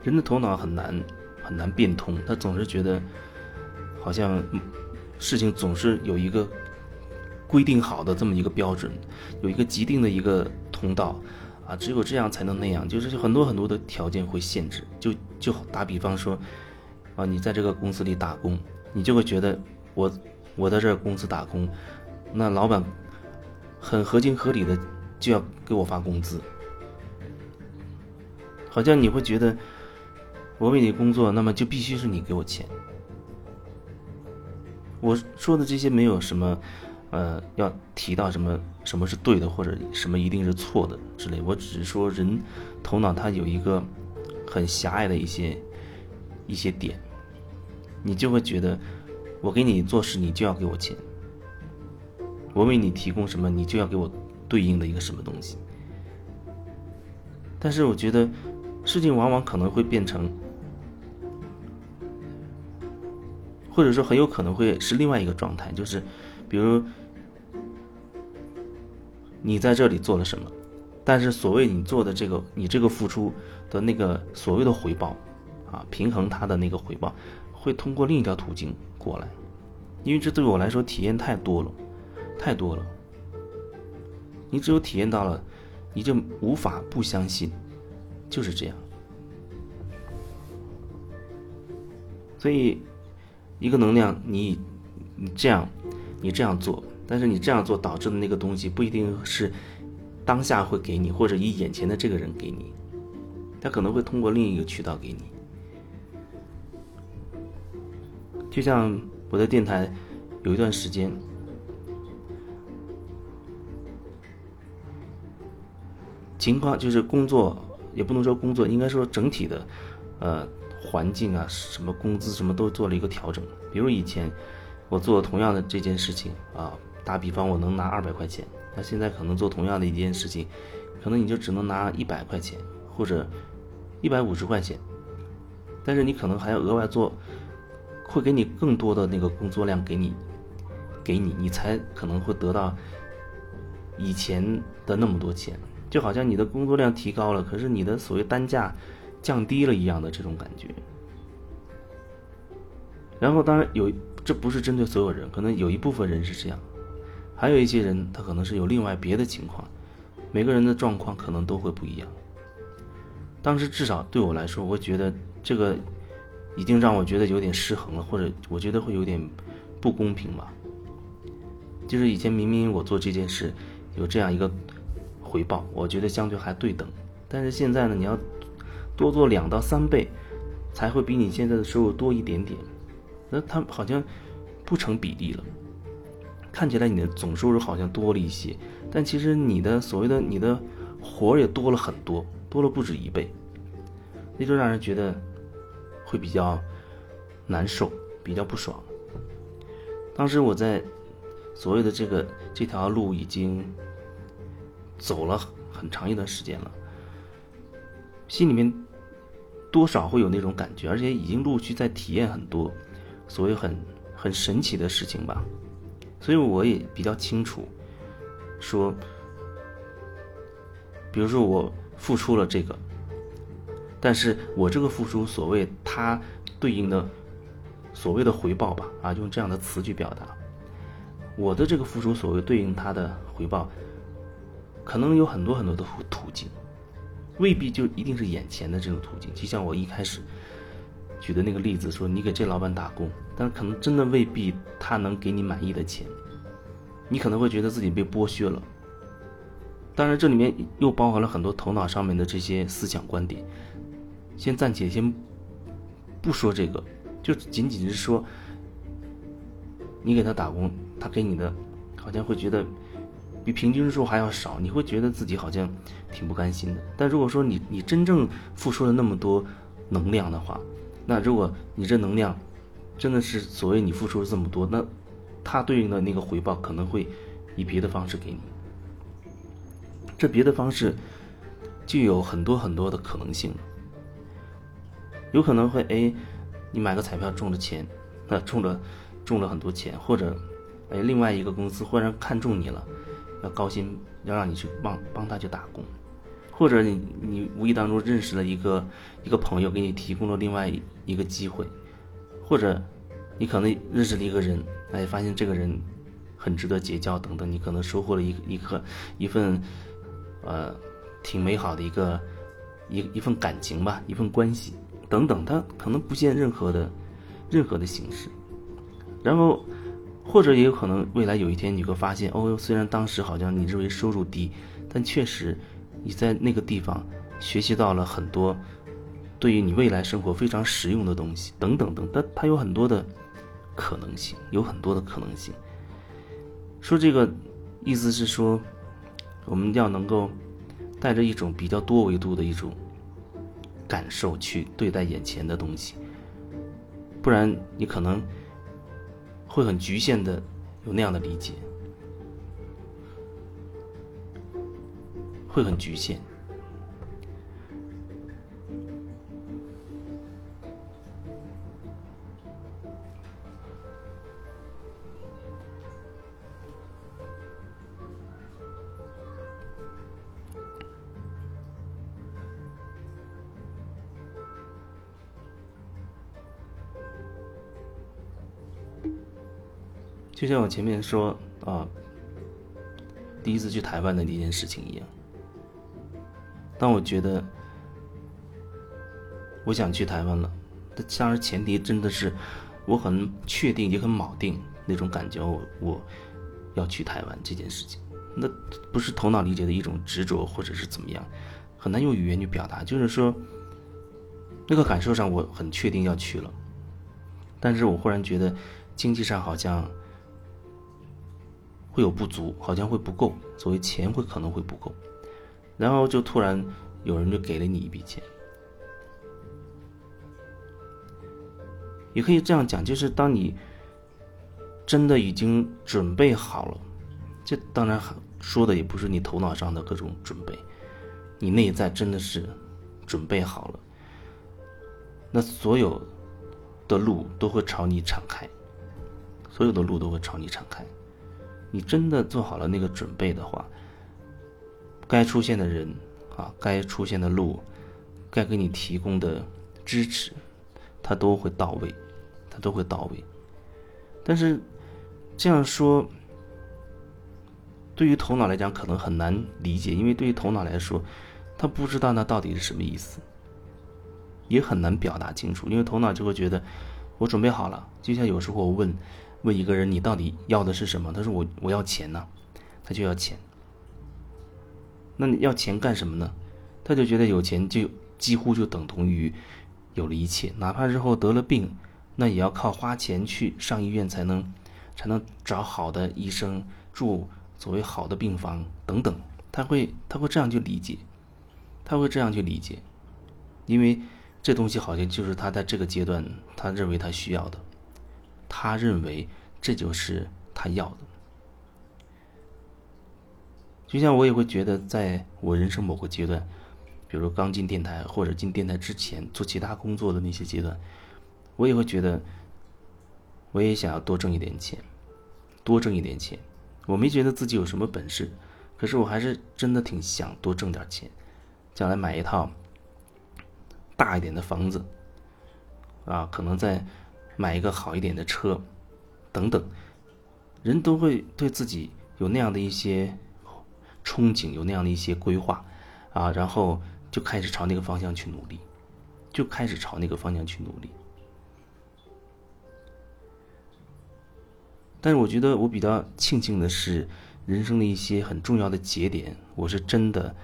人的头脑很难变通，他总是觉得好像事情总是有一个规定好的这么一个标准，有一个既定的一个通道啊，只有这样才能那样，就是很多很多的条件会限制。就打比方说啊，你在这个公司里打工，你就会觉得我在这个公司打工，那老板很合情合理的就要给我发工资，好像你会觉得我为你工作，那么就必须是你给我钱。我说的这些没有什么要提到什么是对的，或者什么一定是错的之类，我只是说人头脑它有一个很狭隘的一些点，你就会觉得我给你做事你就要给我钱，我为你提供什么你就要给我对应的一个什么东西。但是我觉得事情往往可能会变成，或者说很有可能会是另外一个状态，就是比如你在这里做了什么，但是所谓你做的这个你这个付出的那个所谓的回报啊，平衡它的那个回报会通过另一条途径过来，因为这对我来说体验太多了，你只有体验到了，你就无法不相信，就是这样。所以一个能量你这样做，但是你这样做导致的那个东西不一定是当下会给你，或者以眼前的这个人给你，他可能会通过另一个渠道给你。就像我的电台有一段时间，情况就是工作，也不能说工作，应该说整体的环境啊，什么工资什么都做了一个调整。比如以前我做同样的这件事情啊，打比方我能拿200块钱，那现在可能做同样的一件事情，可能你就只能拿100块钱或者150块钱，但是你可能还要额外做，会给你更多的那个工作量给你，你才可能会得到以前的那么多钱，就好像你的工作量提高了，可是你的所谓单价降低了一样的这种感觉。然后当然这不是针对所有人，可能有一部分人是这样，还有一些人他可能是有另外别的情况，每个人的状况可能都会不一样。当时至少对我来说，我觉得这个已经让我觉得有点失衡了，或者我觉得会有点不公平吧。就是以前明明我做这件事有这样一个回报，我觉得相对还对等，但是现在呢，你要多做2到3倍才会比你现在的收入多一点点，那它好像不成比例了。看起来你的总收入好像多了一些，但其实你的所谓的你的活也多了很多，多了不止1倍，那就让人觉得会比较难受，比较不爽。当时我在所谓的这条路已经走了很长一段时间了，心里面多少会有那种感觉，而且已经陆续在体验很多所谓很神奇的事情吧。所以我也比较清楚说，比如说我付出了这个，但是我这个付出所谓它对应的所谓的回报吧，啊，用这样的词去表达我的这个付出所谓对应它的回报，可能有很多很多的途径，未必就一定是眼前的这种途径。就像我一开始举的那个例子说，你给这老板打工，但可能真的未必他能给你满意的钱，你可能会觉得自己被剥削了。当然这里面又包含了很多头脑上面的这些思想观点，暂且先不说这个，就仅仅是说你给他打工，他给你的好像会觉得比平均数还要少，你会觉得自己好像挺不甘心的。但如果说你真正付出了那么多能量的话，那如果你这能量真的是所谓你付出了这么多，那它对应的那个回报可能会以别的方式给你，这别的方式就有很多很多的可能性了。有可能会你买个彩票中了钱，中了很多钱，或者另外一个公司忽然看中你了，要高薪要让你去帮他去打工， 或者你无意当中认识了一个朋友，给你提供了另外一个机会，或者你可能认识了一个人，发现这个人很值得结交等等，你可能收获了一份挺美好的一份感情吧，一份关系等等，它可能不限任何的形式。然后或者也有可能未来有一天你会发现，虽然当时好像你认为收入低，但确实你在那个地方学习到了很多对于你未来生活非常实用的东西等等等，它有很多的可能性，说这个意思是说，我们要能够带着一种比较多维度的一种感受去对待眼前的东西，不然你可能会很局限的有那样的理解，会很局限。就像我前面说第一次去台湾的那件事情一样，当我觉得我想去台湾了，当然前提真的是我很确定也很铆定那种感觉，我要去台湾这件事情，那不是头脑理解的一种执着或者是怎么样，很难用语言去表达，就是说那个感受上我很确定要去了，但是我忽然觉得经济上好像会有不足，好像会不够，所谓钱可能会不够，然后就突然有人就给了你一笔钱。也可以这样讲，就是当你真的已经准备好了，这当然说的也不是你头脑上的各种准备，你内在真的是准备好了，那所有的路都会朝你敞开，你真的做好了那个准备的话，该出现的人该出现的路，该给你提供的支持，它都会到位。但是这样说对于头脑来讲可能很难理解，因为对于头脑来说他不知道那到底是什么意思，也很难表达清楚，因为头脑就会觉得我准备好了。就像有时候我问一个人你到底要的是什么，他说我要钱呢，他就要钱。那你要钱干什么呢？他就觉得有钱就几乎就等同于有了一切，哪怕日后得了病，那也要靠花钱去上医院才能找好的医生，住所谓好的病房等等，他会这样去理解，因为这东西好像就是他在这个阶段他认为他需要的，他认为这就是他要的。就像我也会觉得在我人生某个阶段，比如刚进电台或者进电台之前做其他工作的那些阶段，我也会觉得我也想要多挣一点钱。我没觉得自己有什么本事，可是我还是真的挺想多挣点钱，将来买一套大一点的房子可能再买一个好一点的车等等。人都会对自己有那样的一些憧憬，有那样的一些规划然后就开始朝那个方向去努力。但是我觉得我比较庆幸的是，人生的一些很重要的节点，我真的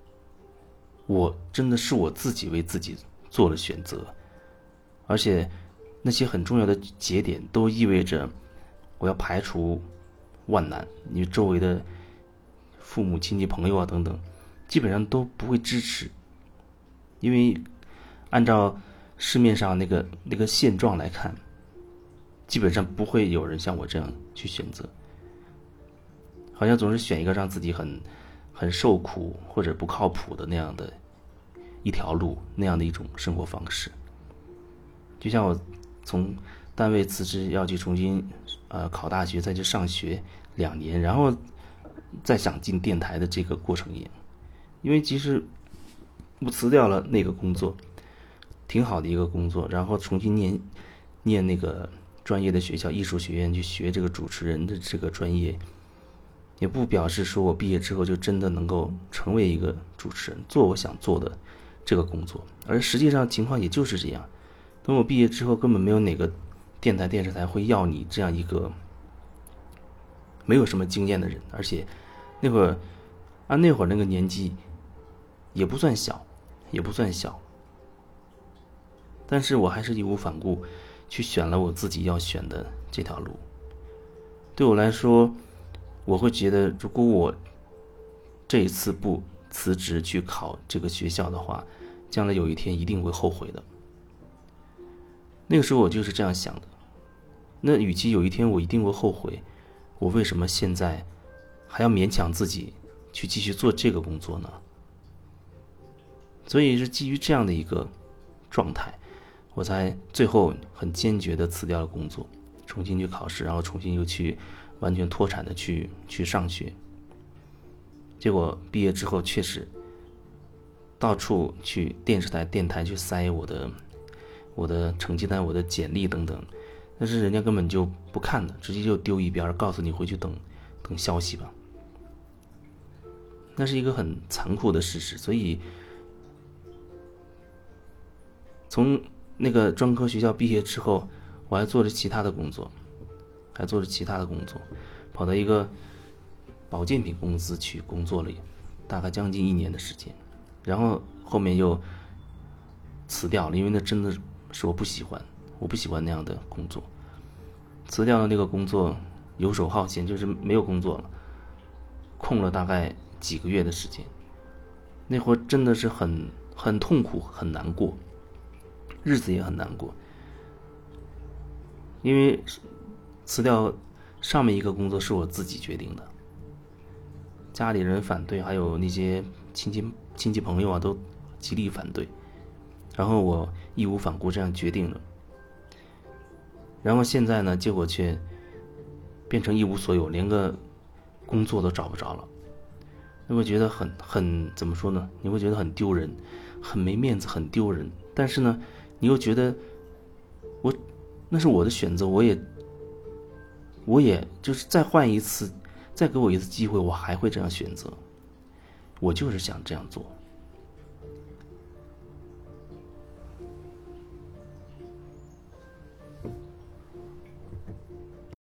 是我自己为自己做了选择，而且那些很重要的节点都意味着我要排除万难，你周围的父母亲戚朋友等等基本上都不会支持，因为按照市面上那个现状来看，基本上不会有人像我这样去选择，好像总是选一个让自己很受苦或者不靠谱的那样的一条路，那样的一种生活方式。就像我从单位辞职要去重新考大学，再去上学2年，然后再想进电台的这个过程一样。因为其实我辞掉了那个工作，挺好的一个工作，然后重新念那个专业的学校艺术学院去学这个主持人的这个专业，也不表示说我毕业之后就真的能够成为一个主持人，做我想做的这个工作。而实际上情况也就是这样，等我毕业之后，根本没有哪个电视台会要你这样一个没有什么经验的人，而且那会儿那个年纪也不算小，但是我还是义无反顾去选了我自己要选的这条路。对我来说，我会觉得如果我这一次不辞职去考这个学校的话，将来有一天一定会后悔的。那个时候我就是这样想的，那与其有一天我一定会后悔，我为什么现在还要勉强自己去继续做这个工作呢？所以是基于这样的一个状态，我才最后很坚决地辞掉了工作，重新去考试，然后重新又去完全脱产的去上学。结果毕业之后确实到处去电台去塞我的成绩单、我的简历等等，但是人家根本就不看的，直接就丢一边，告诉你回去等消息吧。那是一个很残酷的事实。所以从那个专科学校毕业之后，我还做着其他的工作，跑到一个保健品公司去工作了大概将近1年的时间，然后后面又辞掉了，因为那真的是我不喜欢那样的工作。辞掉了那个工作，游手好闲，就是没有工作了，空了大概几个月的时间。那会儿真的是很痛苦，很难过，日子也很难过。因为辞掉上面一个工作是我自己决定的，家里人反对，还有那些亲戚朋友都极力反对，然后我义无反顾这样决定了。然后现在呢，结果却变成一无所有，连个工作都找不着了。你会觉得很怎么说呢？你会觉得很丢人，很没面子，很丢人。但是呢，你又觉得那是我的选择，我也就是再换一次，再给我一次机会，我还会这样选择。我就是想这样做。